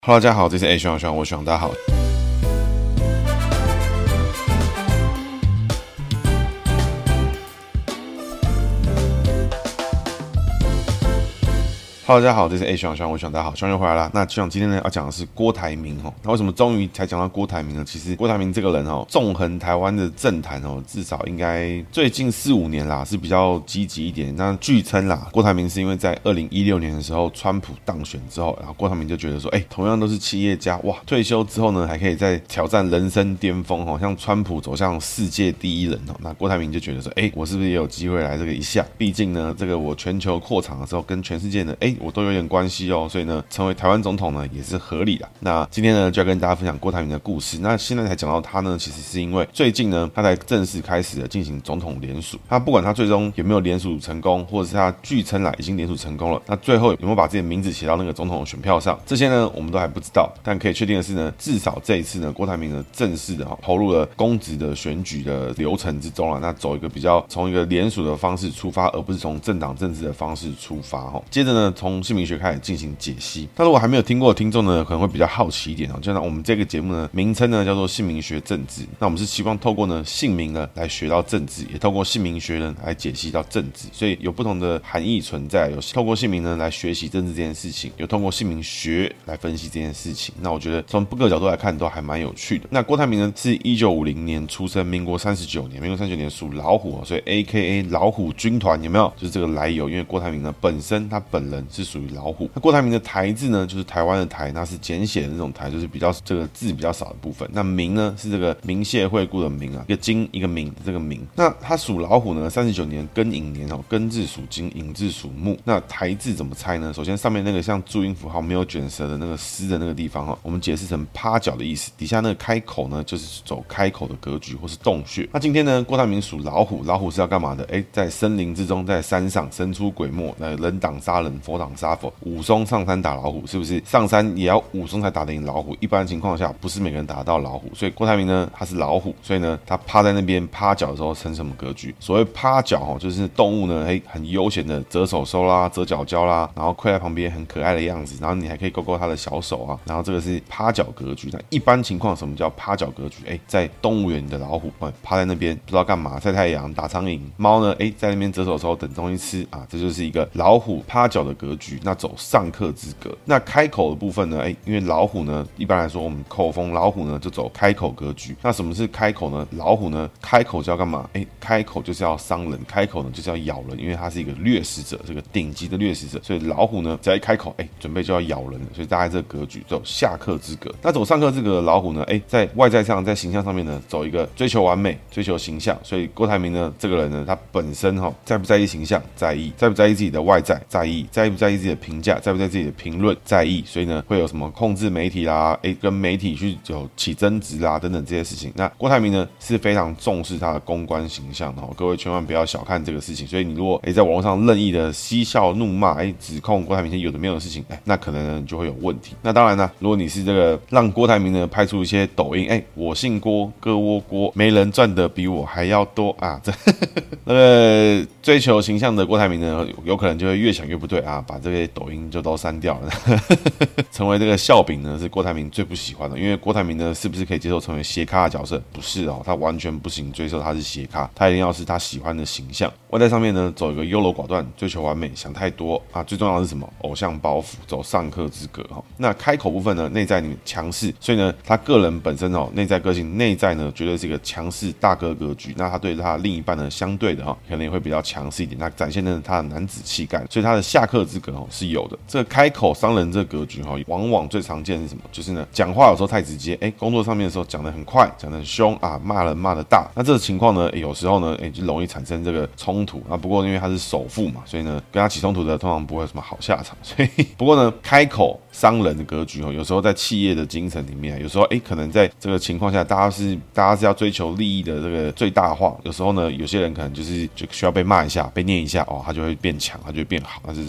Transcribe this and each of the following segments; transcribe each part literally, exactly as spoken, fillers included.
Hello， 大家好，这是 A 徐朗徐朗，我徐朗，大家好。Hello， 大家好，这是 A 徐朗徐朗，我徐朗，大家好，徐朗又回来了。那徐朗今天呢要讲的是郭台铭哦。那为什么终于才讲到郭台铭呢？其实郭台铭这个人哦，纵横台湾的政坛哦，至少应该最近四五年啦是比较积极一点。那据称啦，郭台铭是因为在二零一六年的时候，川普当选之后，然后郭台铭就觉得说，哎、欸，同样都是企业家，哇，退休之后呢还可以再挑战人生巅峰哦，像川普走向世界第一人哦，那郭台铭就觉得说，哎、欸，我是不是也有机会来这个一下？毕竟呢，这个我全球扩场的时候，跟全世界呢，哎、欸。我都有点关系哦，所以呢，成为台湾总统呢也是合理的。那今天呢，就要跟大家分享郭台铭的故事。那现在才讲到他呢，其实是因为最近呢，他才正式开始了进行总统联署。他不管他最终有没有联署成功，或者是他据称啦已经联署成功了，那最后有没有把自己的名字写到那个总统的选票上，这些呢我们都还不知道。但可以确定的是呢，至少这一次呢，郭台铭呢正式的投入了公职的选举的流程之中了。那走一个比较从一个联署的方式出发，而不是从政党政治的方式出发哈。接着呢，从姓名学开始进行解析。那如果还没有听过的听众呢，可能会比较好奇一点哦。就像我们这个节目呢，名称呢叫做姓名学政治。那我们是希望透过呢姓名呢来学到政治，也透过姓名学呢来解析到政治，所以有不同的含义存在。有透过姓名呢来学习政治这件事情，有透过姓名学来分析这件事情。那我觉得从各个角度来看都还蛮有趣的。那郭台铭呢是一九五零年出生，民国三十九年，民国三十九年属老虎哦，所以 A K A 老虎军团有没有？就是这个来由，因为郭台铭呢本身他本人是属于老虎。那郭台铭的台字呢，就是台湾的台，那是简写的那种台，就是比较这个字比较少的部分。那铭呢是这个铭谢惠顾的铭啊，一个金一个铭这个铭。那他属老虎呢，三十九年庚寅年哦，庚字属金，寅字属木。那台字怎么猜呢？首先上面那个像注音符号没有卷舌的那个丝的那个地方哈，我们解释成趴脚的意思。底下那个开口呢，就是走开口的格局或是洞穴。那今天呢，郭台铭属老虎，老虎是要干嘛的？哎，在森林之中，在山上神出鬼没，那人挡杀人，佛挡杀佛，武松上山打老虎，是不是？上山也要武松才打得赢老虎。一般情况下，不是每个人打得到老虎，所以郭台铭呢，他是老虎，所以呢，他趴在那边趴脚的时候成什么格局？所谓趴脚哦，就是动物呢，嘿，很悠闲的折手手啦，折脚胶啦，然后跪在旁边很可爱的样子，然后你还可以勾勾他的小手啊，然后这个是趴脚格局。那一般情况，什么叫趴脚格局？哎，在动物园的老虎，趴在那边不知道干嘛，晒太阳、打苍蝇；猫呢，哎，在那边折手手等东西吃啊，这就是一个老虎趴脚的格局。那走上客之格。那开口的部分呢？哎，因为老虎呢，一般来说我们口风老虎呢就走开口格局。那什么是开口呢？老虎呢开口就要干嘛？哎，开口就是要伤人，开口呢就是要咬人，因为它是一个掠食者，这个顶级的掠食者，所以老虎呢只要一开口，哎，准备就要咬人了。所以大概这个格局走下客之格。那走上客之格的老虎呢？哎，在外在上，在形象上面呢，走一个追求完美，追求形象。所以郭台铭呢这个人呢，他本身哈、哦、在不在意形象？在意。在不在意自己的外在？在意。在不在意自己的评价？在不在意自己的评论？在意。所以呢，会有什么控制媒体啦，哎，跟媒体去有起争执啦等等这些事情。那郭台铭呢是非常重视他的公关形象的哦，各位千万不要小看这个事情。所以你如果哎在网络上任意的嬉笑怒骂，哎指控郭台铭有的没有的事情，哎，那可能呢就会有问题。那当然呢，如果你是这个让郭台铭呢拍出一些抖音，哎，我姓郭，哥窝郭，没人赚的比我还要多啊，这那个追求形象的郭台铭呢，有可能就会越想越不对啊，把这些抖音就都删掉了。成为这个笑柄呢，是郭台铭最不喜欢的。因为郭台铭呢，是不是可以接受成为斜咖的角色？不是哦，他完全不行接受他是斜咖，他一定要是他喜欢的形象。外在上面呢，走一个优柔寡断，追求完美，想太多啊。最重要的是什么？偶像包袱，走上客之格哈。那开口部分呢，内在里面强势，所以呢，他个人本身哦，内在个性，内在呢，绝对是一个强势大哥格局。那他对他的另一半呢，相对的哈，可能也会比较强势一点，那展现的他的男子气概，所以他的下客之格哦是有的。这个开口伤人这个格局哈，往往最常见的是什么？就是呢，讲话有时候太直接，哎，工作上面的时候讲得很快，讲得很凶啊，骂人骂得大。那这个情况呢，有时候呢，哎，就容易产生这个冲突啊。不过因为他是首富嘛，所以呢，跟他起冲突的通常不会有什么好下场。所以不过呢，开口伤人的格局哦，有时候在企业的精神里面，有时候哎，可能在这个情况下，大家是大家是要追求利益的这个最大化。有时候呢，有些人可能就是就需要被骂一下，被念一下哦，他就会变强，他就会变好。那这是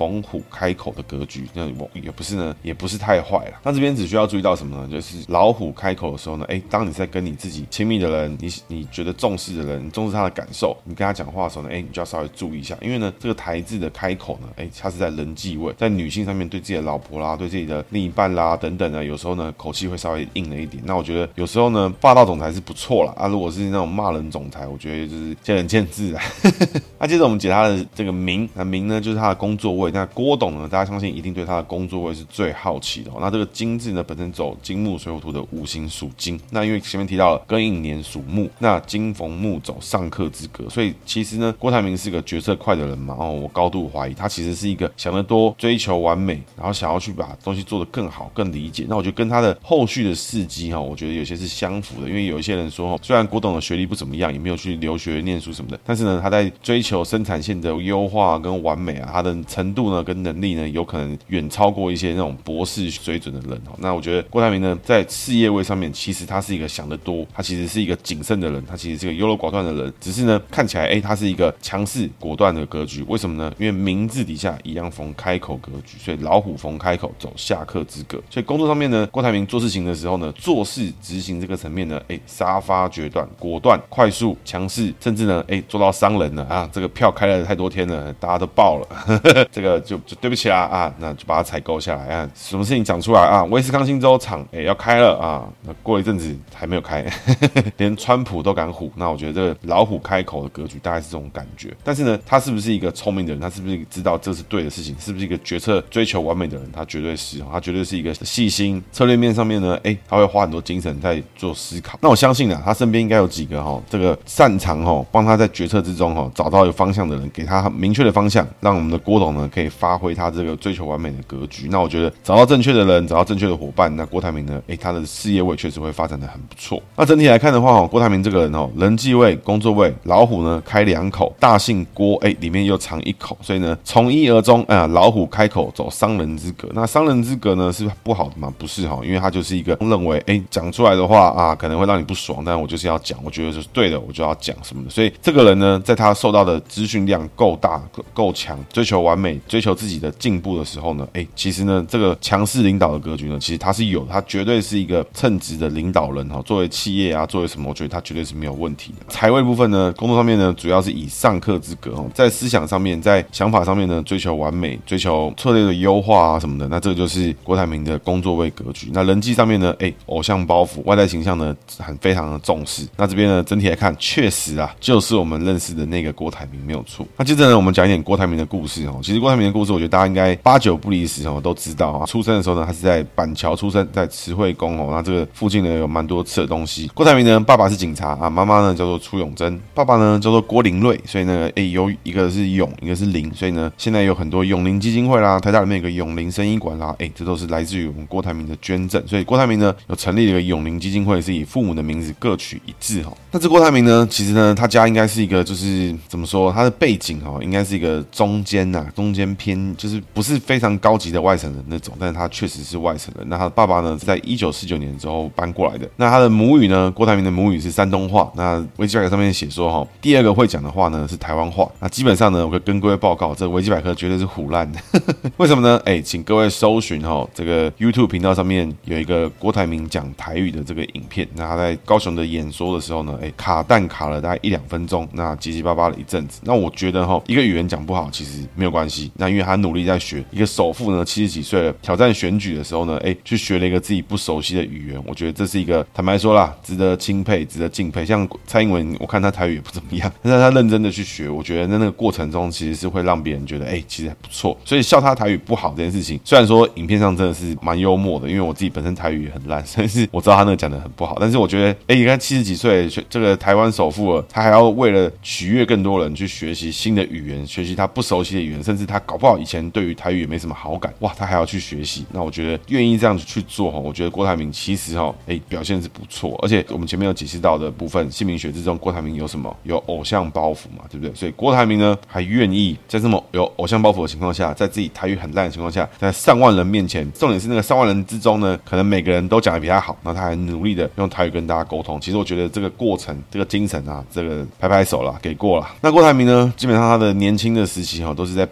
逢虎开口的格局，那也不是呢，也不是太坏了。那这边只需要注意到什么呢？就是老虎开口的时候呢，哎，当你在跟你自己亲密的人，你你觉得重视的人，你重视他的感受，你跟他讲话的时候呢，哎，你就要稍微注意一下，因为呢，这个台字的开口呢，哎，它是在人际位，在女性上面对自己的老婆啦，对自己的另一半啦等等呢，有时候呢口气会稍微硬了一点。那我觉得有时候呢，霸道总裁是不错啦，啊，如果是那种骂人总裁，我觉得就是见仁见智啊。那接着我们解他的这个名，那名呢就是他的工作位。那郭董呢，大家相信一定对他的工作位是最好奇的、哦。那这个金字呢，本身走金木水火土的五行属金，那因为前面提到了庚寅年属木，那金逢木走上克之格，所以其实呢，郭台铭是个决策快的人嘛。哦，我高度怀疑他其实是一个想得多、追求完美，然后想要去把东西做得更好、更理解。那我觉得跟他的后续的事迹哈、哦，我觉得有些是相符的，因为有一些人说，虽然郭董的学历不怎么样，也没有去留学念书什么的，但是呢，他在追求生产线的优化跟完美啊，他的程度呢跟能力呢，有可能远超过一些那种博士水准的人哦。那我觉得郭台铭呢，在事业位上面，其实他是一个想得多，他其实是一个谨慎的人，他其实是一个优柔寡断的人，只是呢，看起来哎，他是一个强势果断的格局。为什么呢？因为名字底下一样逢开口格局，所以老虎逢开口走下克之格。所以工作上面呢，郭台铭做事情的时候呢，做事执行这个层面呢，哎，杀伐决断、果断、快速、强势，甚至呢，哎，做到伤人了啊！这个票开了太多天了，大家都爆了，呵呵，这个就就对不起啦啊，那就把它采购下来啊。什么事情讲出来啊？威斯康星州厂哎要开了啊，那过了一阵子还没有开，呵呵，连川普都敢唬。那我觉得这个老虎开口的格局大概是这种感觉。但是呢，他是不是一个聪明的人？他是不是知道这是对的事情？是不是一个决策追求完美的人？他绝对是，他绝对是一个细心。策略面上面呢，哎，他会花很多精神在做思考。那我相信啊，他身边应该有几个哈、哦，这个擅长哈、哦，帮他在决策之中哈、哦、找到一个方向的人，给他明确的方向，让我们的郭董呢可以发挥他这个追求完美的格局。那我觉得找到正确的人，找到正确的伙伴，那郭台铭呢，哎，他的事业位确实会发展的很不错。那整体来看的话哦，郭台铭这个人哦，人际位、工作位，老虎呢开两口，大姓郭哎里面又藏一口，所以呢从一而终啊、呃，老虎开口走伤人之格。那伤人之格呢是不好的吗？不是哈，因为他就是一个认为哎讲出来的话啊可能会让你不爽，但我就是要讲，我觉得就是对的，我就要讲什么的。所以这个人呢，在他受到的资讯量够大、够强，追求完美、追求自己的进步的时候呢，哎，其实呢这个强势领导的格局呢，其实他是有，他绝对是一个称职的领导人哈。作为企业啊，作为什么，我觉得他绝对是没有问题的。财位部分呢，工作上面呢，主要是以上克之格哦，在思想上面，在想法上面呢，追求完美，追求策略的优化啊什么的，那这个就是郭台铭的工作位格局。那人际上面呢，哎，偶像包袱，外在形象呢，很非常的重视。那这边呢，整体来看，确实啊，就是我们认识的那个郭台铭没有错。那接着呢，我们讲一点郭台铭的故事哦。其实郭台铭的故事，我觉得大家应该八九不离十哦，都知道啊。出生的时候呢，他是在板桥出生，在慈惠宫哦，那这个附近呢有蛮多吃的东西。郭台铭呢，爸爸是警察啊，妈妈呢叫做楚永贞，爸爸呢叫做郭林瑞，所以呢，哎，有一个是永，一个是林，所以呢，现在有很多永林基金会啦，台大里面有个永林生医馆啦，哎，这都是来自于我们郭台铭的捐赠，所以郭台铭呢有成立了一个永林基金会，是以父母的名字各取一字哈。那这郭台铭呢，其实呢，他家应该是一个就是怎么说，他的背景哈，应该是一个中间呐、啊，中间偏就是不是非常高级的外省人那种，但是他确实是外省人。那他的爸爸呢是在一九四九年之后搬过来的。那他的母语呢，郭台铭的母语是山东话。那维基百科上面写说哈，第二个会讲的话呢是台湾话。那基本上呢，我可以跟各位报告，这维基百科绝对是唬烂的。为什么呢？哎，请各位搜寻哈，这个 YouTube 频道上面有一个郭台铭讲台语的这个影片。那他在高雄的演说的时候呢，哎，卡弹卡了大概一两分钟，那结结巴巴了一阵子。那我觉得哈，一个语言讲不好其实没有关系。那因为他努力在学，一个首富呢，七十几岁了，挑战选举的时候呢，哎，去学了一个自己不熟悉的语言。我觉得这是一个坦白说啦，值得钦佩，值得敬佩。像蔡英文，我看他台语也不怎么样，但是他认真的去学，我觉得在那个过程中其实是会让别人觉得，哎，其实还不错。所以笑他台语不好这件事情，虽然说影片上真的是蛮幽默的，因为我自己本身台语也很烂，但是我知道他那个讲的很不好。但是我觉得，哎，你看七十几岁这个台湾首富了，他还要为了取悦更多人去学习新的语言，学习他不熟悉的语言，甚至他搞不好以前对于台语也没什么好感，哇，他还要去学习。那我觉得愿意这样子去做哈，我觉得郭台铭其实哈，哎，表现是不错。而且我们前面有解释到的部分，姓名学之中，郭台铭有什么？有偶像包袱嘛，对不对？所以郭台铭呢，还愿意在这么有偶像包袱的情况下，在自己台语很烂的情况下，在上万人面前，重点是那个上万人之中呢，可能每个人都讲得比他好，那他还努力的用台语跟大家沟通。其实我觉得这个过程，这个精神啊，这个拍拍手啦，给过了。那郭台铭呢，基本上他的年轻的时期哈，都是在板桥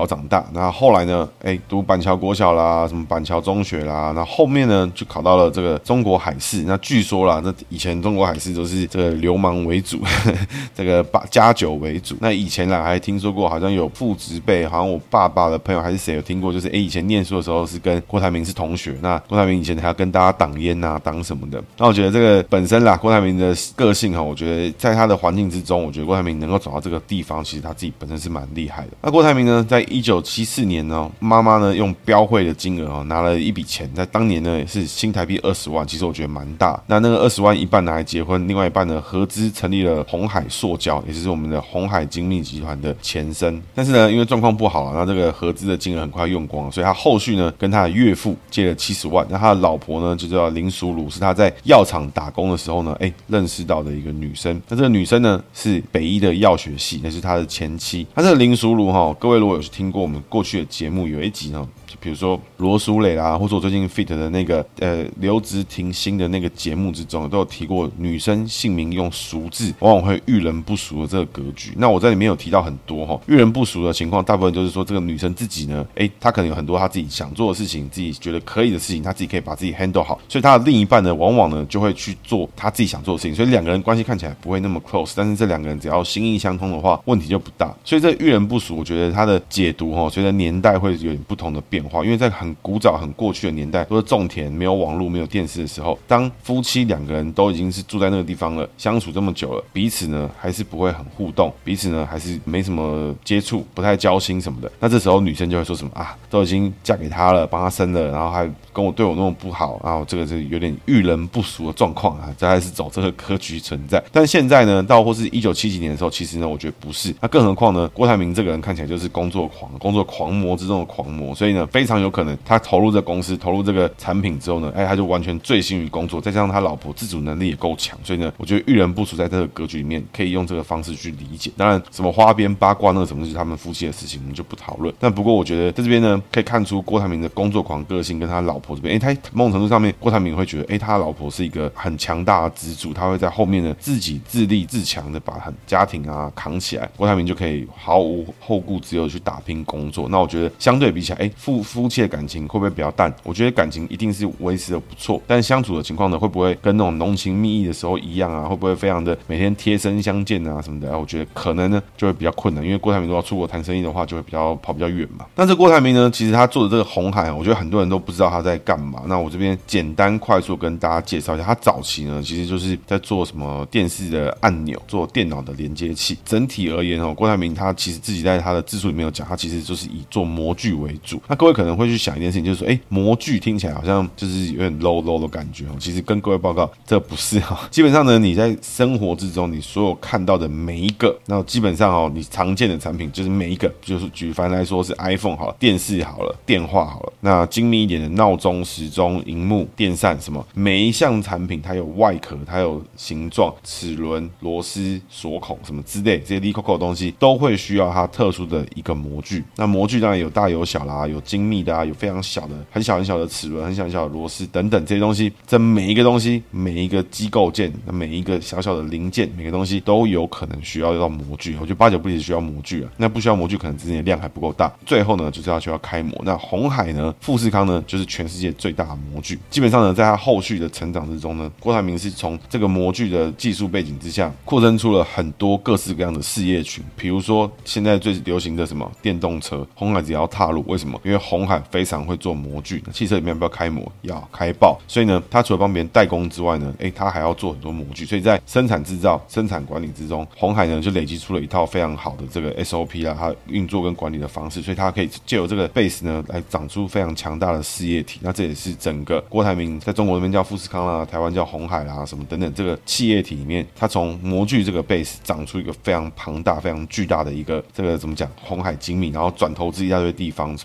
桥长大，那后来呢，哎，读板桥国小啦，什么板桥中学啦，那后面呢就考到了这个中国海事。那据说啦，那以前中国海事都是这个流氓为主，呵呵这个加酒为主。那以前啦还听说过，好像有父执辈，好像我爸爸的朋友还是谁有听过，就是哎以前念书的时候是跟郭台铭是同学，那郭台铭以前还要跟大家挡烟啊、挡什么的。那我觉得这个本身啦，郭台铭的个性哈，我觉得在他的环境之中，我觉得郭台铭能够走到这个地方，其实他自己本身是蛮厉害的。那郭台铭呢，在一九七四年呢，妈妈呢用标会的金额哦拿了一笔钱，在当年呢是新台币二十万，其实我觉得蛮大。那那个二十万一半拿来结婚，另外一半呢合资成立了鸿海塑胶，也就是我们的鸿海精密集团的前身。但是呢，因为状况不好了，那这个合资的金额很快用光了，所以他后续呢跟他的岳父借了七十万。那他的老婆呢就叫林淑茹，是他在药厂打工的时候呢，哎认识到的一个女生。那这个女生呢是北医的药学系，那是他的前妻。那这个林淑茹哈，各位如果有听过我们过去的节目，有一集呢，比如说罗淑蕾啦，或者我最近 fit 的那个呃刘植廷新的那个节目之中，都有提过女生姓名用淑字，往往会遇人不淑的这个格局。那我在里面有提到很多哈，遇人不淑的情况，大部分就是说这个女生自己呢，哎，她可能有很多她自己想做的事情，自己觉得可以的事情，她自己可以把自己 handle 好，所以她的另一半呢，往往呢就会去做她自己想做的事情，所以两个人关系看起来不会那么 close， 但是这两个人只要心意相通的话，问题就不大。所以这遇人不淑，我觉得它的解读哈，随着年代会有点不同的变化，因为在很古早、很过去的年代，都是种田、没有网络、没有电视的时候，当夫妻两个人都已经是住在那个地方了，相处这么久了，彼此呢还是不会很互动，彼此呢还是没什么接触，不太交心什么的。那这时候女生就会说什么啊，都已经嫁给他了，帮他生了，然后还跟我对我那么不好，然后这个是有点遇人不淑的状况啊，这还是走这个格局存在。但现在呢，到或是一九七几年的时候，其实呢，我觉得不是。那更何况呢，郭台铭这个人看起来就是工作狂，工作狂魔之中的狂魔，所以呢，非常有可能他投入这公司、投入这个产品之后呢，哎，他就完全醉心于工作，再加上他老婆自主能力也够强，所以呢，我觉得遇人不淑在这个格局里面，可以用这个方式去理解。当然，什么花边八卦那个什么是他们夫妻的事情，我们就不讨论。但不过我觉得在这边呢，可以看出郭台铭的工作狂个性跟他老婆这边，哎，他某种程度上面，郭台铭会觉得，哎，他老婆是一个很强大的支柱，他会在后面呢自己自立自强的把很家庭啊扛起来，郭台铭就可以毫无后顾之忧的去打拼工作。那我觉得相对比起来，哎，夫夫妻的感情会不会比较淡？我觉得感情一定是维持的不错，但相处的情况呢，会不会跟那种浓情蜜意的时候一样啊？会不会非常的每天贴身相见啊什么的？我觉得可能呢就会比较困难，因为郭台铭如果要出国谈生意的话，就会比较跑比较远嘛。那这郭台铭呢，其实他做的这个鸿海，我觉得很多人都不知道他在干嘛。那我这边简单快速跟大家介绍一下，他早期呢其实就是在做什么电视的按钮，做电脑的连接器。整体而言哦，郭台铭他其实自己在他的自述里面有讲，他其实就是以做模具为主。那各位可能会去想一件事情，就是说，哎，模具听起来好像就是有点 low low 的感觉哦。其实跟各位报告，这不是哈、哦。基本上呢，你在生活之中，你所有看到的每一个，那基本上哦，你常见的产品就是每一个，就是举凡来说是 iPhone 好了，电视好了，电话好了，那精密一点的闹钟、时钟、荧幕、电扇什么，每一项产品它有外壳，它有形状、齿轮、螺丝、锁孔什么之类这些利扣扣的东西，都会需要它特殊的一个模具。那模具当然有大有小啦，有精密的啊，有非常小的、很小很小的齿轮、很小很小的螺丝等等这些东西。这每一个东西，每一个机构件，每一个小小的零件，每个东西都有可能需要到模具。我觉得八九不离需要模具啊。那不需要模具，可能之前的量还不够大。最后呢，就是要需要开模。那鸿海呢，富士康呢，就是全世界最大的模具。基本上呢，在他后续的成长之中呢，郭台铭是从这个模具的技术背景之下，扩增出了很多各式各样的事业群。比如说现在最流行的什么电动车，鸿海只要踏入，为什么？因为鸿海非常会做模具。汽车里面要不要开模？要开爆。所以呢，他除了帮别人代工之外呢，哎，他还要做很多模具。所以在生产制造、生产管理之中，鸿海呢就累积出了一套非常好的这个 S O P 啊，它运作跟管理的方式，所以它可以借由这个 base 呢来长出非常强大的事业体。那这也是整个郭台铭在中国那边叫富士康啦，台湾叫鸿海啦，什么等等这个企业体里面，它从模具这个 base 长出一个非常庞大、非常巨大的一个这个怎么讲鸿海精密，然后转投资一大堆地方，什么 A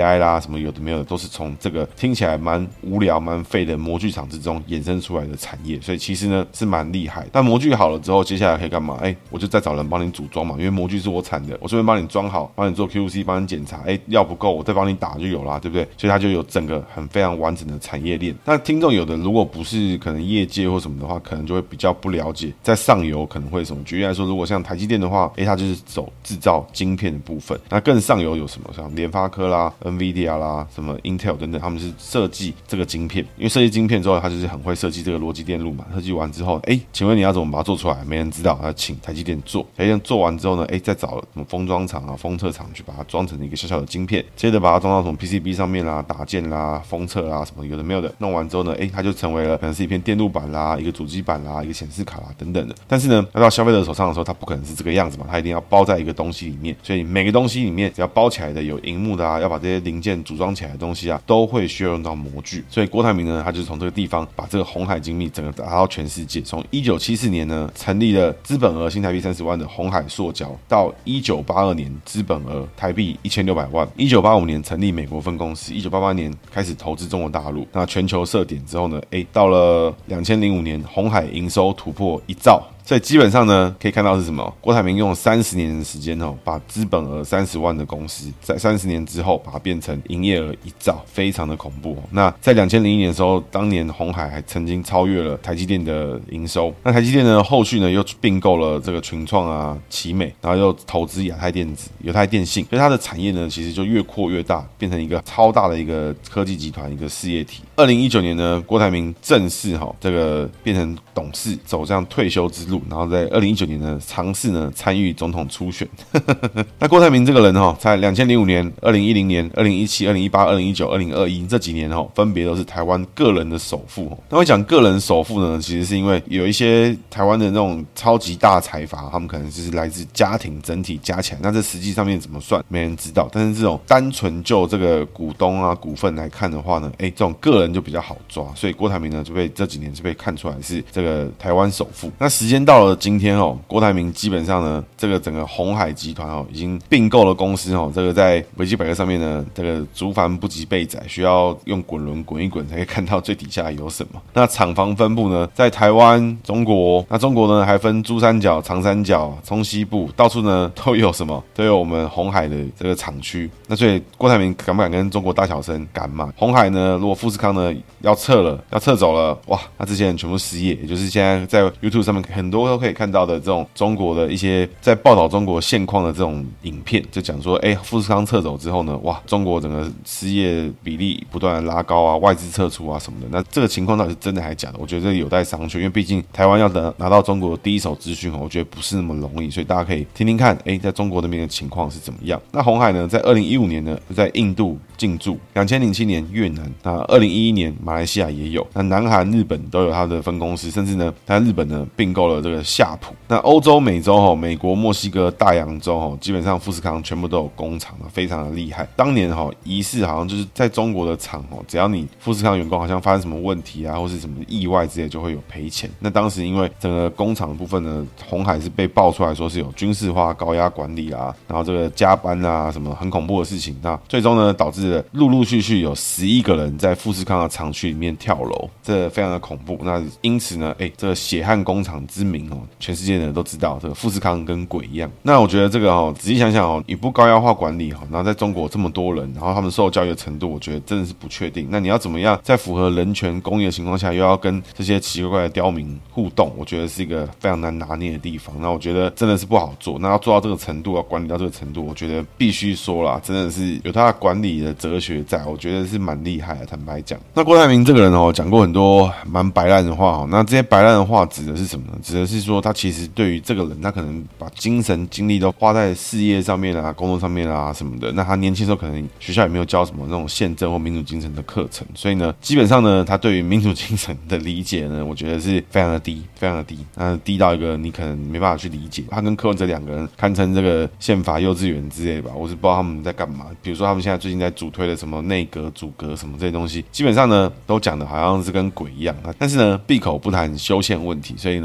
A I 啦，什么有的没有的，都是从这个听起来蛮无聊、蛮废的模具厂之中衍生出来的产业，所以其实呢是蛮厉害。但模具好了之后，接下来可以干嘛？哎，我就再找人帮你组装嘛，因为模具是我产的，我顺便帮你装好，帮你做 Q C， 帮你检查，哎，料不够，我再帮你打就有啦，对不对？所以它就有整个很非常完整的产业链。那听众有的如果不是可能业界或什么的话，可能就会比较不了解，在上游可能会什么。举例来说，如果像台积电的话，哎，它就是走制造晶片的部分。那更上游有什么？像联发科啦、N V I D I A 啦、什么 Intel 等等，他们是设计这个晶片。因为设计晶片之后，他就是很会设计这个逻辑电路嘛。设计完之后，哎，请问你要怎么把它做出来？没人知道，他请台积电做。台积电做完之后呢，哎，再找什么封装厂啊、封测厂去把它装成一个小小的晶片，接着把它装到什么 P C B 上面啦、打件啦、封测啦什么有的没有的，弄完之后呢，哎，它就成为了可能是一片电路板啦、一个主机板啦、一个显示卡啦等等的。但是呢，要到消费者手上的时候，它不可能是这个样子嘛，它一定要包在一个东西里面。所以每个东西里面只要包起来的有萤幕的啊，要把这些零件组装起来的东西啊，都会需要用到模具。所以郭台铭呢，他就是从这个地方把这个鸿海精密整个打到全世界。从一九七四年呢，成立了资本额新台币三十万的鸿海塑胶，到一九八二年资本额台币一千六百万，一九八五年成立美国分公司，一九八八年开始投资中国大陆。那全球设点之后呢，哎，到了两千零五年，鸿海营收突破一兆。所以基本上呢，可以看到是什么？郭台铭用了三十年的时间哦，把资本额三十万的公司，在三十年之后把它变成营业额一兆，非常的恐怖哦。那在两千零一年的时候，当年鸿海还曾经超越了台积电的营收。那台积电呢，后续呢又并购了这个群创啊、奇美，然后又投资亚太电子、友泰电信，所以它的产业呢其实就越扩越大，变成一个超大的一个科技集团、一个事业体。二零一九年呢，郭台铭正式哈、哦、这个变成董事，走这样退休之路。然后在二零一九年呢，尝试呢参与总统初选。那郭台铭这个人哈、哦，在两千零五年、二零一零年、二零一七、二零一八、二零一九、二零二一这几年哈、哦，分别都是台湾个人的首富、哦。那会讲个人首富呢，其实是因为有一些台湾的那种超级大财阀，他们可能就是来自家庭整体加起来，那这实际上面怎么算，没人知道。但是这种单纯就这个股东啊、股份来看的话呢，哎，这种个人就比较好抓，所以郭台铭呢就被这几年是被看出来是这个台湾首富。那时间到了今天哦，郭台铭基本上呢，这个整个鸿海集团哦，已经并购了公司哦，这个在维基百科上面呢，这个竹繁不及备载，需要用滚轮滚一滚才可以看到最底下有什么。那厂房分布呢，在台湾、中国，那中国呢还分珠三角、长三角、中西部，到处呢都有什么，都有我们鸿海的这个厂区。那所以郭台铭敢不敢跟中国大小声？敢嘛。鸿海呢，如果富士康呢要撤了，要撤走了，哇，那这些人全部失业，也就是现在在 YouTube 上面很多都可以看到的这种中国的一些在报道中国现况的这种影片，就讲说，哎，富士康撤走之后呢，哇，中国整个失业比例不断的拉高啊，外资撤出啊什么的。那这个情况到底是真的还是假的？我觉得这有待商榷，因为毕竟台湾要拿拿到中国第一手资讯，我觉得不是那么容易，所以大家可以听听看，哎，在中国那边的情况是怎么样。那鸿海呢，在二零一五年呢，在印度进驻，两千零七年越南，那二零一一年马来西亚也有，那南韩、日本都有它的分公司，甚至呢，在日本呢并购了这个夏普。那欧洲、美洲哈，美国、墨西哥、大洋洲哈，基本上富士康全部都有工厂，非常的厉害。当年哈，疑似好像就是在中国的厂哦，只要你富士康员工好像发生什么问题啊，或是什么意外之类，就会有赔钱。那当时因为整个工厂的部分呢，鸿海是被爆出来说是有军事化、高压管理啊，然后这个加班啊，什么很恐怖的事情。那最终呢，导致了陆陆续续有十一个人在富士康的厂区里面跳楼，这非常的恐怖。那因此呢，哎，这个血汗工厂之名哦，全世界的人都知道，这个富士康跟鬼一样。那我觉得这个哦，仔细想想哦，你不高压化管理哈，然后在中国这么多人，然后他们受教育的程度，我觉得真的是不确定。那你要怎么样在符合人权公益的情况下，又要跟这些奇奇怪怪的刁民互动，我觉得是一个非常难拿捏的地方。那我觉得真的是不好做。那要做到这个程度，要管理到这个程度，我觉得必须说啦，真的是有他的管理的哲学在，我觉得是蛮厉害的。坦白讲，那郭台铭这个人哦，讲过很多蛮白烂的话哦。那这些白烂的话指的是什么呢？指的是说他其实对于这个人，他可能把精神精力都花在事业上面啊、工作上面啊什么的。那他年轻时候可能学校也没有教什么那种宪政或民主精神的课程，所以呢，基本上呢，他对于民主精神的理解呢，我觉得是非常的低，非常的低。那低到一个你可能没办法去理解。他跟柯文哲两个人堪称这个宪法幼稚园之类的吧，我是不知道他们在干嘛。比如说他们现在最近在主推的什么内阁、主阁什么这些东西，基本上呢都讲的好像是跟鬼一样。但是呢，闭口不谈修宪问题，所以呢，可以仔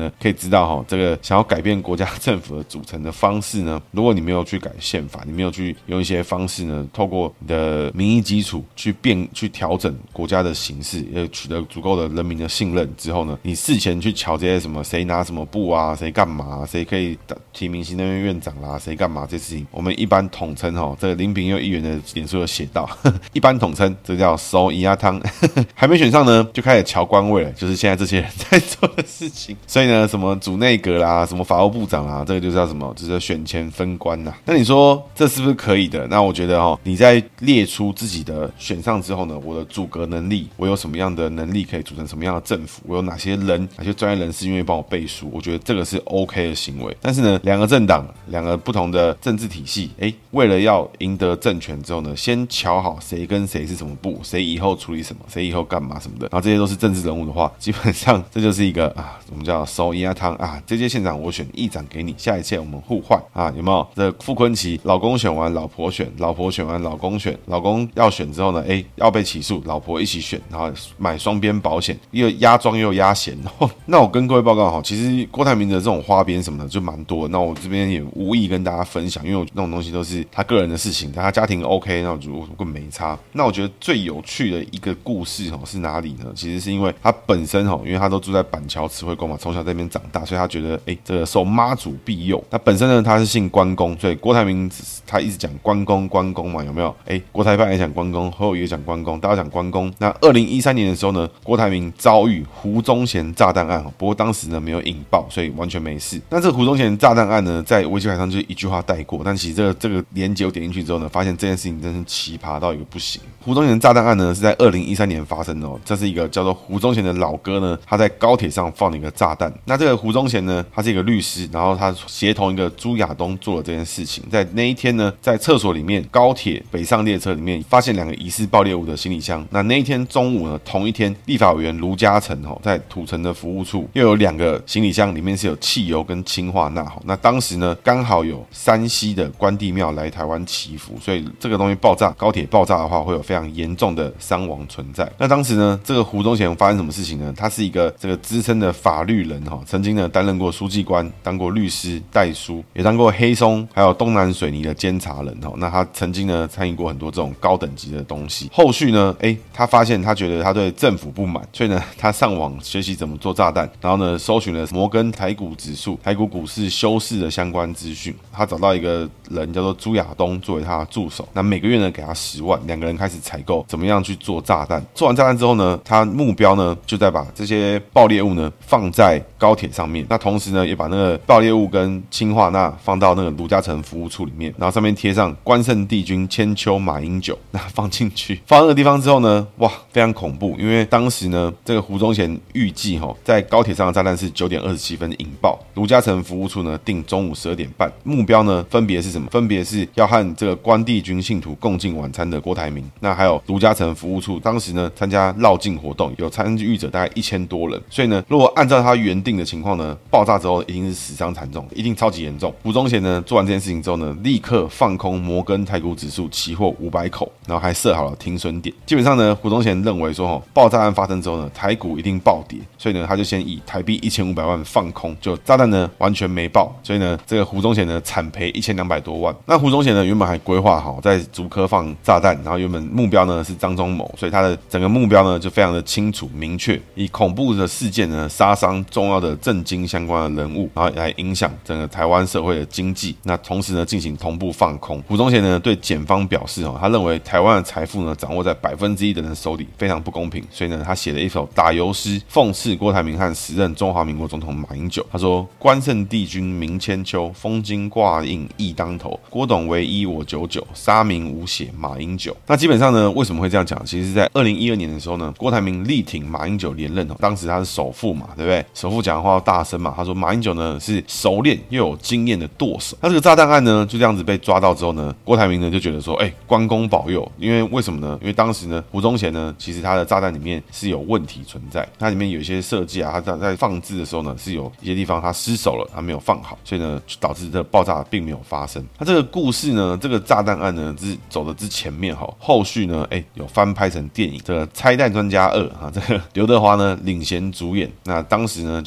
知道哈，这个想要改变国家政府的组成的方式呢，如果你没有去改宪法，你没有去用一些方式呢，透过你的民意基础去变去调整国家的形势，也取得足够的人民的信任之后呢，你事前去瞧这些什么谁拿什么部啊，谁干嘛，谁可以提名行政院院长啦，谁干嘛这事情，我们一般统称哈，这个林炳佑议员的脸书有写到，呵呵一般统称这叫收银鸭汤，还没选上呢，就开始瞧官位了，就是现在这些人在做的事情。所以呢，什么主内阁啦，什么法务部长啦，这个就叫什么，就是选前分官呐。那你说这是不是可以的？那我觉得哈，你在列出自己的选上之后呢，我的阻隔能力，我有什么样的能力可以组成什么样的政府，我有哪些人，哪些专业人士愿意帮我背书，我觉得这个是 OK 的行为。但是呢，两个政党，两个不同的政治体系，哎，为了要赢得政权之后呢，先瞧好谁跟谁是什么部，谁以后处理什么，谁以后干嘛什么的，然后这些都是政治人物的话，基本上这就是一个啊，我们叫收银鸭汤啊。这届县长我选议长给你，下一届我们互换啊，有没有？这傅昆萁老公选完，老婆选，老婆选完，老公选，老公要选之后呢，哎，要被起诉，老婆一起选，然后买双边保险，又压庄又压闲。那我跟各位报告哈，其实郭台铭的这种花边什么的就蛮多的，那我这边也无意跟大家分享，因为我那种东西都是他个人的事情，他家庭 OK， 那我就我更没差。那我觉得最有趣的一个故事哈是哪里呢？其实是因为他本身哈，因为他都住在板桥慈惠宫嘛，从小在那边长大，所以他觉得哎，这个受妈祖庇佑。那本身呢，他是信关公，所以郭台铭他一直讲关公关公嘛，有没有？哎，国台办也讲关公，侯友宜也讲关公，大家讲关公。那二零一三年的时候呢，郭台铭遭遇胡宗贤炸弹案，不过当时呢没有引爆，所以完全没事。那这个胡宗贤炸弹案呢，在维基百科上就一句话带过，但其实这个这个连结我点进去之后呢，发现这件事情真是奇葩到一个不行。胡宗贤炸弹案呢是在二零一三年发生的哦，这是一个叫做胡宗贤的老哥呢，他在高铁上放了一个炸弹。那这个胡宗贤呢，他是一个律师，然后他协同一个朱亚东做了这件事情。在那一天呢，在厕所里面，高铁北上列车里面发现两个疑似爆裂物的行李箱。那那一天中午呢，同一天，立法委员卢嘉诚哦，在土城的服务处又有两个行李箱，里面是有汽油跟氢化钠。那当时呢，刚好有山西的关帝庙来台湾祈福，所以这个东西爆炸，高铁爆炸的话，会有非常严重的伤亡存在。那当时呢，这个胡宗贤发生什么事情呢？他是一个这个资深的法律人哈，曾经呢担任过书记官，当过律师代书，也当过黑松还有东南水泥的监察人哈。那他曾经呢参与过很多这种高等级的东西。后续呢，哎，他发现他觉得他对政府不满，所以呢，他上网学习怎么做炸弹，然后呢，搜寻了摩根台股指数、台股股市修饰的相关资讯。他找到一个人叫做朱亚东作为他的助手，那每个月呢给他十万，两个人开始采购怎么样去做炸弹。做完炸弹之后呢，他目标呢就在把这些爆裂物呢放在高铁上面，那同时呢也把那个爆裂物跟氢化钠放到那个卢嘉诚服务处里面，然后上面贴上关圣帝君千秋马英九，那放进去，放那个地方之后呢，哇，非常恐怖，因为当时呢这个胡宗贤预计哈在高铁上的炸弹是九点二十七分引爆，卢嘉诚服务处呢定中午十二点半，目标呢分别是什么？分别是要和这个关帝君信徒共进晚餐的郭台铭，那还有卢嘉诚服务处当时呢参加绕境活动，有参与者大概一千多人，所以呢如果按照他原定的情况呢，爆炸之后一定是死伤惨重，一定超级严重。胡宗贤呢做完这件事情之后呢，立刻放空摩根台股指数期货五百口，然后还设好了停损点。基本上呢，胡宗贤认为说，哦，爆炸案发生之后呢，台股一定暴跌，所以呢，他就先以台币一千五百万放空，就炸弹呢完全没爆，所以呢，这个胡宗贤呢惨赔一千两百多万。那胡宗贤呢原本还规划好在竹科放炸弹，然后原本目标呢是张忠谋，所以他的整个目标呢就非常的清楚明确，以恐怖的事件呢杀伤重要的政经相关的人物，然后来影响整个台湾社会的经济。那同时呢进行同步放空。胡宗贤呢对检方表示哦，他认为台湾的财富呢掌握在百分之一的人手里，非常不公平，所以呢他写了一首打油诗，讽刺郭台铭和时任中华民国总统马英九。他说：关圣帝君明千秋，风金挂印义当头，郭董唯一我九九，杀民无血马英九。那基本上呢为什么会这样讲？其实是在二零一二年的时候呢，郭台铭力挺马英九连任哦，当时他是首富嘛，对不对？首富讲话要大声嘛，他说马英九呢是熟练又有经验的舵手。那这个炸弹案呢就这样子被抓到之后呢，郭台铭呢就觉得说，哎，关公保佑，因为为什么呢？因为当时呢胡宗贤呢其实他的炸弹里面是有问题存在，它里面有一些设计啊，他在在放置的时候呢是有一些地方他失手了，他没有放好，所以呢导致这爆炸并没有发生。那这个故事呢，这个炸弹案呢是走的之前面哈，后续呢哎有翻拍成电影，这个拆弹专家二啊，这个刘德华呢领衔主演。那当时呢就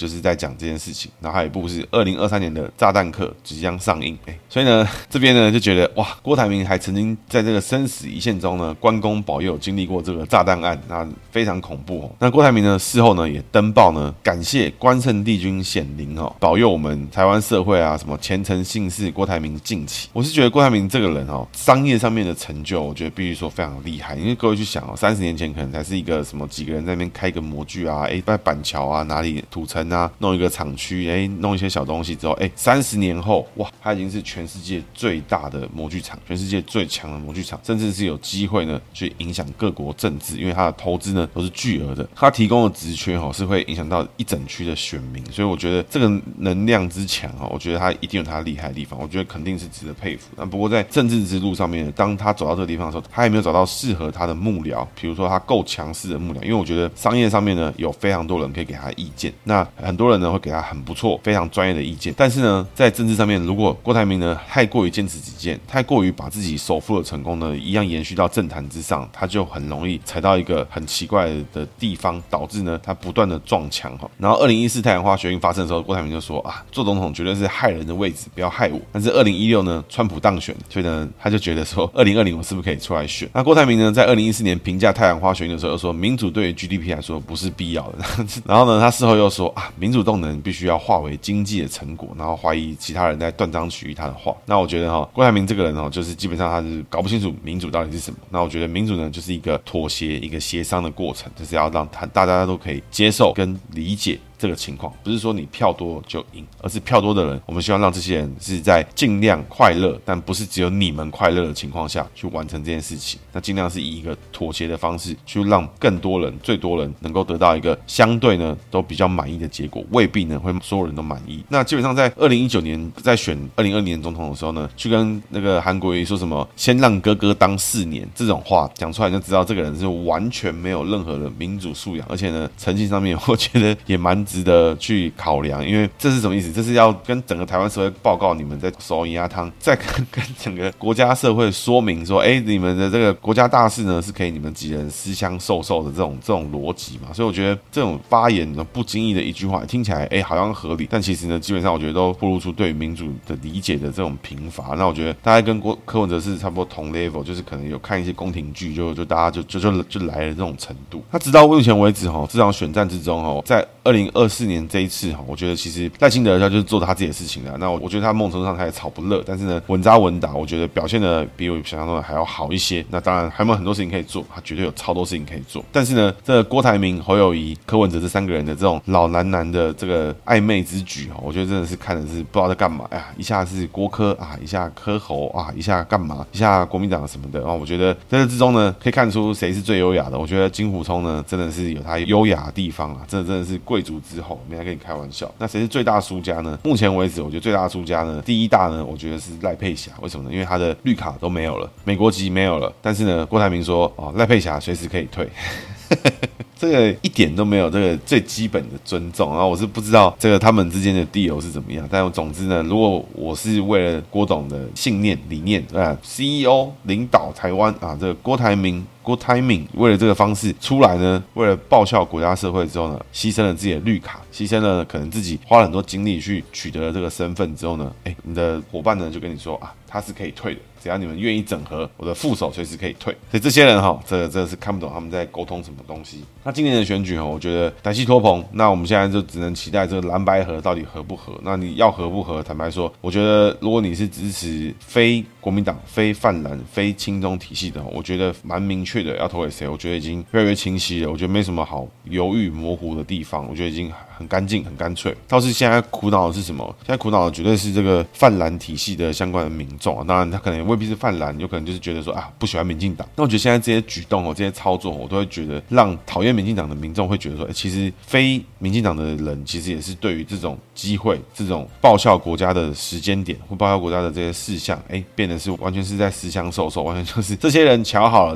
就是在讲这件事情，然后还有一部是二零二三年的《炸弹客》即将上映，哎，所以呢这边呢就觉得哇，郭台铭还曾经在这个生死一线中呢，关公保佑经历过这个炸弹案，那非常恐怖哦。那郭台铭呢事后呢也登报呢，感谢关圣帝君显灵哦，保佑我们台湾社会啊，什么前程姓氏郭台铭敬起。我是觉得郭台铭这个人哦，商业上面的成就，我觉得必须说非常厉害，因为各位去想哦，三十年前可能才是一个什么几个人在那边开一个模具啊，哎，在板桥啊哪里土城啊弄一个厂区，哎，弄一些小东西之后，哎，三十年后哇，他已经是全世界最大的模具厂，全世界最强的模具厂，甚至是有机会呢去影响各国政治，因为他的投资呢都是巨额的，他提供的职缺哦是会影响到一整区的选民，所以我觉得这个能量之强哦，我觉得他一定有他厉害的地方，我觉得肯定是值得佩服。那不过在政治之路上面，当他走到这个地方的时候，他还没有找到适合他的幕僚，比如说他够强势的幕僚，因为我觉得商业上面呢有非常多人可以给他意见，那很多人呢会给他很不错、非常专业的意见，但是呢在政治上面，如果郭台铭呢太过于坚持己见，太过于把自己首富的成功呢一样延续到政坛之上，他就很容易踩到一个很奇怪的地方，导致呢他不断的撞墙哈。然后二零一四太阳花学运发生的时候，郭台铭就说啊，做总统绝对是害人的位置，不要害我。但是二零一六呢，川普当选，所以呢他就觉得说，二零二零我是不是可以出来选？那郭台铭呢，在二零一四年评价太阳花学运的时候，又说民主对于 G D P 来说不是必要的。然后呢，他事后又说啊，民主动能必须要化为经济的成果，然后怀疑其他人在断章取义他的话。那我觉得哈，郭台铭这个人哦，就是基本上他是搞不清楚民主到底是什么。那我觉得民主呢，就是一个妥协、一个协商的过程，就是要让他大家都可以接受跟理解这个情况，不是说你票多就赢，而是票多的人，我们希望让这些人是在尽量快乐，但不是只有你们快乐的情况下去完成这件事情。那尽量是以一个妥协的方式，去让更多人、最多人能够得到一个相对呢都比较满意的结果，未必呢会所有人都满意。那基本上在二零一九年在选二零二零年总统的时候呢，去跟那个韩国瑜说什么“先让哥哥当四年”这种话讲出来，就知道这个人是完全没有任何的民主素养，而且呢，诚信上面我觉得也蛮值得去考量，因为这是什么意思？这是要跟整个台湾社会报告你们在收银鸭汤，再跟跟整个国家社会说明说，哎，你们的这个国家大事呢是可以你们几人私相授受的这种这种逻辑嘛？所以我觉得这种发言不经意的一句话听起来，哎，好像合理，但其实呢，基本上我觉得都暴露出对民主的理解的这种贫乏。那我觉得大概跟郭柯文哲是差不多同 level， 就是可能有看一些宫廷剧，就就大家就就就就来了这种程度。那直到目前为止哈，这场选战之中哈，在二零二四年这一次哈，我觉得其实赖清德他就是做他自己的事情了。那我觉得他某种程度上他也吵不热，但是呢稳扎稳打，我觉得表现的比我想象中的还要好一些。那当然还有很多事情可以做，他绝对有超多事情可以做。但是呢，这个郭台铭、侯友宜、柯文哲这三个人的这种老男男的这个暧昧之举哈，我觉得真的是看的是不知道在干嘛。哎呀，一下是郭柯啊，一下柯侯啊，一下干嘛，一下国民党什么的。然后我觉得在这之中呢，可以看出谁是最优雅的。我觉得金溥聪呢，真的是有他优雅的地方啊，真的真的是贵族之后，没来跟你开玩笑。那谁是最大输家呢？目前为止，我觉得最大的输家呢，第一大呢，我觉得是赖佩霞。为什么呢？因为他的绿卡都没有了，美国籍没有了。但是呢，郭台铭说，哦，赖佩霞随时可以退。这个一点都没有这个最基本的尊重，然后我是不知道这个他们之间的 deal 是怎么样，但总之呢，如果我是为了郭董的信念理念啊 ，C E O 领导台湾啊，这个郭台铭。郭台铭为了这个方式出来呢，为了报效国家社会之后呢，牺牲了自己的绿卡，牺牲了可能自己花了很多精力去取得了这个身份之后呢，哎，你的伙伴呢就跟你说啊，他是可以退的，只要你们愿意整合，我的副手随时可以退。所以这些人哈，这个真的是看不懂他们在沟通什么东西。那今年的选举哈，我觉得歹戏拖棚，那我们现在就只能期待这个蓝白合到底合不合。那你要合不合？坦白说，我觉得如果你是支持非国民党、非泛蓝、非亲中体系的，我觉得蛮明确的要投给谁，我觉得已经越来越清晰了。我觉得没什么好犹豫模糊的地方，我觉得已经很干净、很干脆。倒是现在苦恼的是什么？现在苦恼的绝对是这个泛蓝体系的相关的民众啊。当然，他可能也未必是泛蓝，有可能就是觉得说啊，不喜欢民进党。那我觉得现在这些举动哦，这些操作，我都会觉得让讨厌民进党的民众会觉得说，欸、其实非民进党的人，其实也是对于这种机会、这种报效国家的时间点或报效国家的这些事项，哎、欸，变得是完全是在私相授受，完全就是这些人瞧好了，大家怎么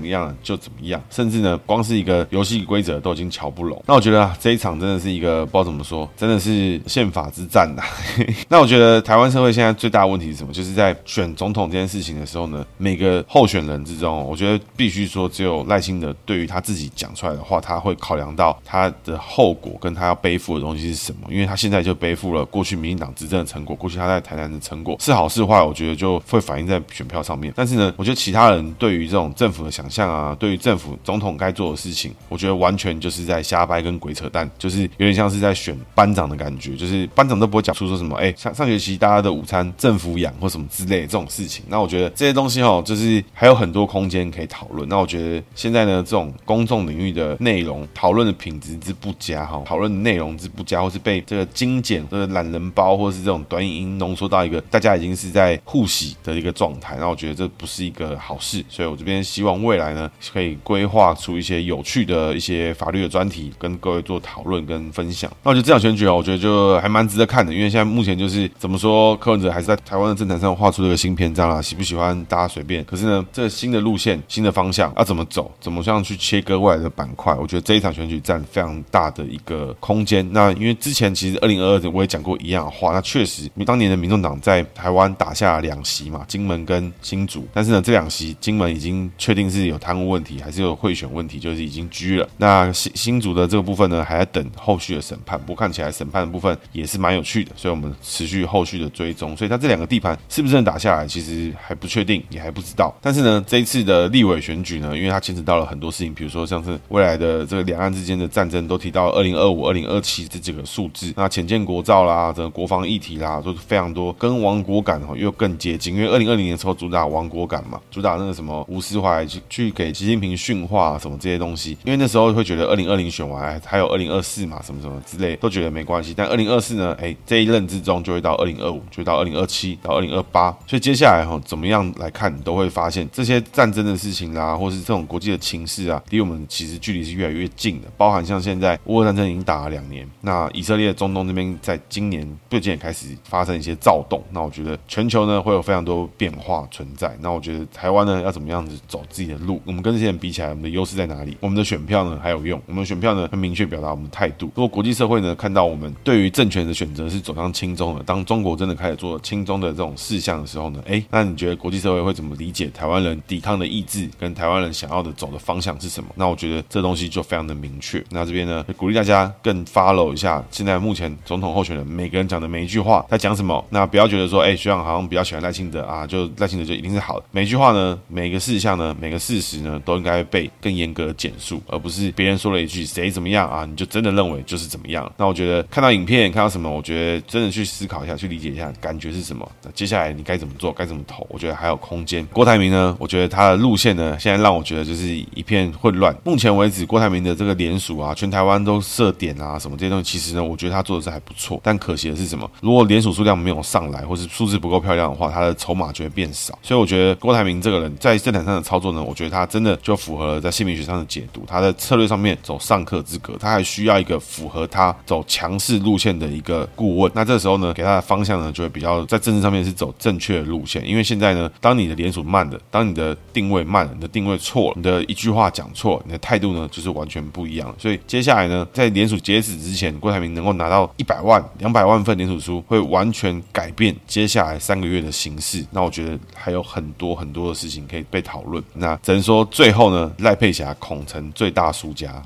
么样了就怎么样，甚至呢，光是一个游戏规则都已经瞧不拢。那我觉得啊，这一场真的是一个不知道怎么说，真的是宪法之战呐、啊。那我觉得台湾社会现在最大的问题是什么？就是在选总统这件事情的时候呢，每个候选人之中，我觉得必须说，只有赖清德对于他自己讲出来的话，他会考量到他的后果跟他要背负的东西是什么。因为他现在就背负了过去民进党执政的成果，过去他在台南的成果，是好是坏，我觉得就会反映在选票上面。但是呢，我觉得其他人对于这种政府的想象啊，对于政府总统该做的事情，我觉得完全就是在瞎掰跟鬼扯淡，就是有点像是在选班长的感觉，就是班长都不会讲出说什么，哎、欸，上上学期大家的午餐政府养或什么之类的这种事情。那我觉得这些东西哦，就是还有很多空间可以讨论。那我觉得现在呢，这种公众领域的内容讨论的品质之不佳哈，讨论的内容之不佳，或是被这个精简这个懒人包，或是这种短影音浓缩到一个大家已经是在互洗的一个状态。那我觉得这不是一个好事，所以我这边希望未来呢，可以规划出一些有趣的一些法律的专题，跟各位做讨论跟分享。那我觉得这场选举哦，我觉得就还蛮值得看的，因为现在目前就是怎么说，柯文哲还是在台湾的政坛上画出这个新篇章啦，喜不喜欢大家随便。可是呢，这个新的路线、新的方向要怎么走，怎么样去切割未来的板块，我觉得这一场选举占非常大的一个空间。那因为之前其实二零二二我也讲过一样的话，那确实当年的民众党在台湾打下两席嘛，金门跟新竹，但是呢，这两席金门已经确定是有贪污问题，还是有贿选问题，就是已经居了。那新新竹的这个部分呢，还在等后续的审判。不过看起来审判的部分也是蛮有趣的，所以我们持续后续的追踪。所以他这两个地盘是不是能打下来，其实还不确定，也还不知道。但是呢，这一次的立委选举呢，因为它牵扯到了很多事情，比如说像是未来的这个两岸之间的战争，都提到二零二五、二零二七这几个数字。那浅见国造啦，整个国防议题啦，都是非常多，跟亡国感又更接近。因为二零二零年的时候主打亡国感嘛，主打那个什么吴思怀去去给习近平训话什么这些东西。因为那时候会觉得二零二零选完还有二零二四嘛，什么什么之类，都觉得没关系。但二零二四呢，哎，这一任之中就会到二零二五，就会到二零二七，到二零二八。所以接下来哈，怎么样来看，你都会发现这些战争的事情啦，或是这种国际的情势啊，离我们其实距离是越来越近的。包含像现在乌俄战争已经打了两年，那以色列中东这边在今年最近也开始发生一些躁动。那我觉得全球呢会有非常多变化存在。那我觉得台湾呢要怎么样子走自己的路？我们跟这些人比起来，我们的优势在哪里？我们的选票呢还有用？我们的选票呢会明确表达我们的态度。如果国际社会呢看到我们对于政权的选择是走向亲中的，当中国真的开始做亲中的这种事项的时候呢，哎，那你觉得国际社会会怎么理解台湾人抵抗的意志跟台湾人想要的走的方向是什么？那我觉得这东西就非常的明确。那这边呢鼓励大家更 follow 一下现在目前总统候选人每个人讲的每一句话在讲什么。那不要觉得说，哎，学长好像比较喜欢赖清德啊，就赖清德就一定是好的。每一句话呢，每个事项呢，每个事实呢，都应该被更严格的检述，而不是别人说了一句谁怎么样啊，你就真的认为就是怎么样。那我觉得看到影片看到什么，我觉得真的去思考一下，去理解一下感觉是什么。那接下来你该怎么做，该怎么投，我觉得还有空间。郭台铭呢，我觉得他的路线呢，现在让我觉得就是一片混乱。目前为止，郭台铭的这个联署啊，全台湾都设点啊，什么这些东西，其实呢，我觉得他做的是还不错。但可惜的是什么？如果联署数量没有上来，或是数字不够漂亮的话，他的筹码就会变少。所以我觉得郭台铭这个人在政坛上的操作呢，我觉得他真的就符合了在姓名学上的解读。他的策略上面走上客之格，他还需要一个符合他走强势路线的一个顾问。那这时候呢，给他的方向呢，就会比较在政治上面是走正确的路线。因为现在呢，当你的联署慢了，当你的定位慢了，你的定位错了，你的一句话讲错，你的态度呢就是完全不一样了。所以接下来呢，在联署截止之前，郭台铭能够拿到一百万、两百万份联署书，会完全改变接下来三个月的形势。那我觉得还有很多很多的事情可以被讨论。那只能说最后呢，赖佩霞恐成最大输家。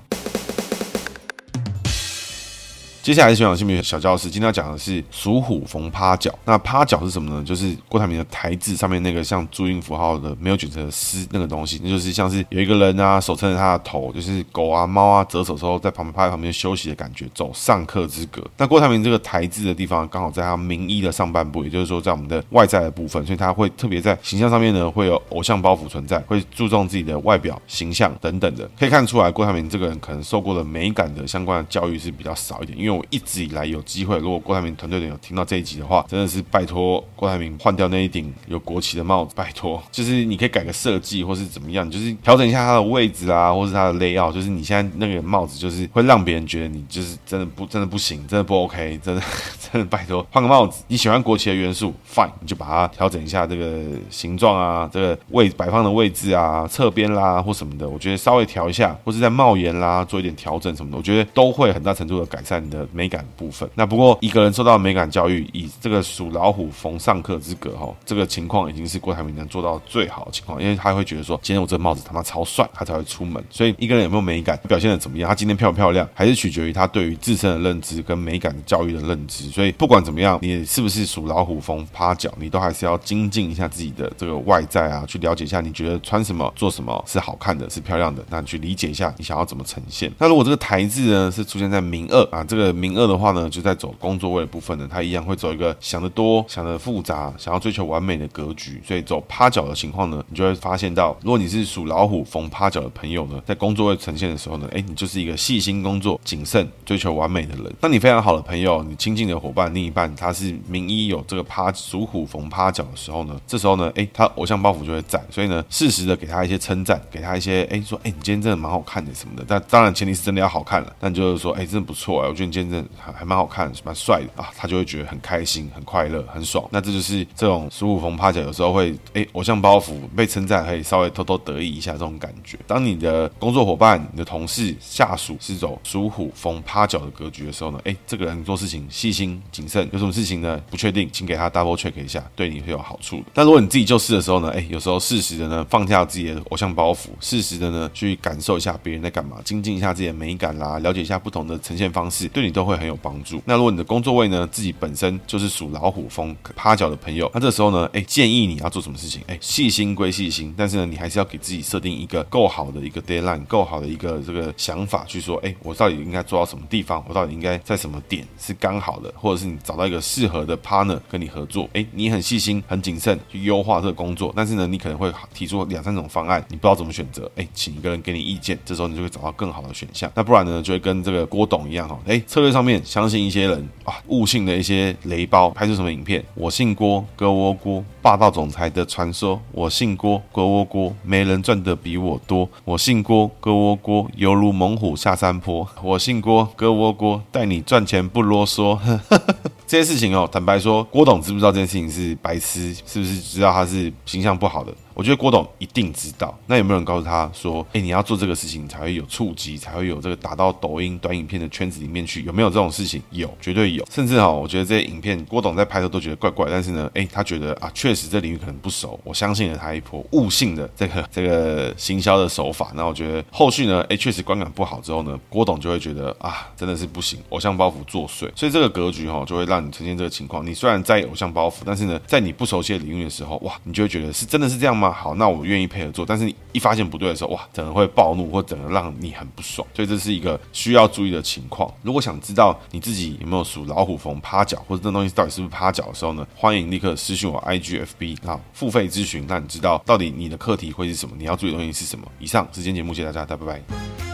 接下来是学长姓名小教室，今天要讲的是属虎逢趴脚。那趴脚是什么呢？就是郭台铭的台字上面那个像注音符号的没有卷成的丝那个东西，那就是像是有一个人啊，手撑着他的头，就是狗啊、猫啊折手之后在旁边趴在旁边休息的感觉，走上客之格。那郭台铭这个台字的地方刚好在他名医的上半部，也就是说在我们的外在的部分，所以他会特别在形象上面呢会有偶像包袱存在，会注重自己的外表、形象等等的。可以看出来，郭台铭这个人可能受过的美感的相关的教育是比较少一点，因为我一直以来有机会，如果郭台铭团队的人有听到这一集的话，真的是拜托郭台铭换掉那一顶有国旗的帽子，拜托，就是你可以改个设计或是怎么样，就是调整一下它的位置啊，或是它的 layout， 就是你现在那个帽子就是会让别人觉得你就是真的不真的不行，真的不 OK， 真的真的拜托换个帽子。你喜欢国旗的元素 ，fine， 你就把它调整一下这个形状啊，这个位摆放的位置啊，侧边啦或什么的，我觉得稍微调一下，或是在帽檐啦做一点调整什么的，我觉得都会很大程度的改善你的美感部分。那不过一个人受到美感教育，以这个属老虎逢上课之格哈，这个情况已经是郭台铭能做到最好的情况，因为他会觉得说，今天我这个帽子他妈超帅，他才会出门。所以一个人有没有美感，表现的怎么样，他今天漂不漂亮，还是取决于他对于自身的认知跟美感的教育的认知。所以不管怎么样，你是不是属老虎逢趴脚，你都还是要精进一下自己的这个外在啊，去了解一下你觉得穿什么做什么是好看的，是漂亮的，那去理解一下你想要怎么呈现。那如果这个台字呢是出现在明二啊，这个明二的话呢，就在走工作位的部分呢，它一样会走一个想得多、想得复杂、想要追求完美的格局。所以走趴脚的情况呢，你就会发现到，如果你是属老虎逢趴脚的朋友呢，在工作位呈现的时候呢，哎，你就是一个细心工作、谨慎、追求完美的人。那你非常好的朋友，你亲近的伙伴、另一半，他是明一有这个趴属虎逢趴脚的时候呢，这时候呢，哎，他偶像包袱就会在，所以呢，适时的给他一些称赞，给他一些哎说，哎，你今天真的蛮好看的什么的。但当然前提是真的要好看了，但就是说，哎，真的不错哎，我觉得你今天真的还还蛮好看，蛮帅的啊，他就会觉得很开心、很快乐、很爽。那这就是这种属虎逢趴脚有时候会哎偶像包袱被称赞，可以稍微偷偷得意一下这种感觉。当你的工作伙伴、你的同事、下属是走属虎逢趴脚的格局的时候呢，哎，这个人做事情细心谨慎，有什么事情呢不确定，请给他 double check 一下，对你会有好处的。但如果你自己就是的时候呢，哎，有时候适时的呢放下自己的偶像包袱，适时的呢去感受一下别人在干嘛，精进一下自己的美感啦，了解一下不同的呈现方式，对你都会很有帮助。那如果你的工作位呢自己本身就是属老虎逢趴脚的朋友，那这时候呢，哎，建议你要做什么事情？哎，细心归细心，但是呢，你还是要给自己设定一个够好的一个 deadline， 够好的一个这个想法，去说，哎，我到底应该做到什么地方？我到底应该在什么点是刚好的？或者是你找到一个适合的 partner 跟你合作，哎，你很细心、很谨慎去优化这个工作，但是呢，你可能会提出两三种方案，你不知道怎么选择，哎，请一个人给你意见，这时候你就会找到更好的选项。那不然呢，就会跟这个郭董一样哈，哎，策略上面相信一些人啊，误信的一些雷包，拍出什么影片？我姓郭，哥窝郭，霸道总裁的传说。我姓郭，哥窝郭，没人赚得比我多。我姓郭，哥窝郭，犹如猛虎下山坡。我姓郭，哥窝郭，带你赚钱不啰嗦。这些事情哦，坦白说，郭董知不知道这件事情是白痴？是不是知道他是形象不好的？我觉得郭董一定知道。那有没有人告诉他说，哎，你要做这个事情才会有触及，才会有这个打到抖音短影片的圈子里面去？有没有这种事情？有，绝对有。甚至哈，我觉得这些影片郭董在拍的都觉得怪怪，但是呢，哎，他觉得啊，确实这领域可能不熟，我相信了他一波悟性的这个这个行销的手法。那我觉得后续呢，哎，确实观感不好之后呢，郭董就会觉得啊，真的是不行，偶像包袱作祟。所以这个格局哈，就会让你呈现这个情况。你虽然在意偶像包袱，但是呢，在你不熟悉的领域的时候，哇，你就会觉得是真的是这样吗？好，那我愿意配合做。但是你一发现不对的时候，哇，整个会暴怒，或整个让你很不爽。所以这是一个需要注意的情况。如果想知道你自己有没有属老虎逢趴脚，或者这东西到底是不是趴脚的时候呢，欢迎立刻私讯我 I G F B 啊，付费咨询，让你知道到底你的课题会是什么，你要注意的东西是什么。以上是今天节目，谢谢大家，大家拜拜。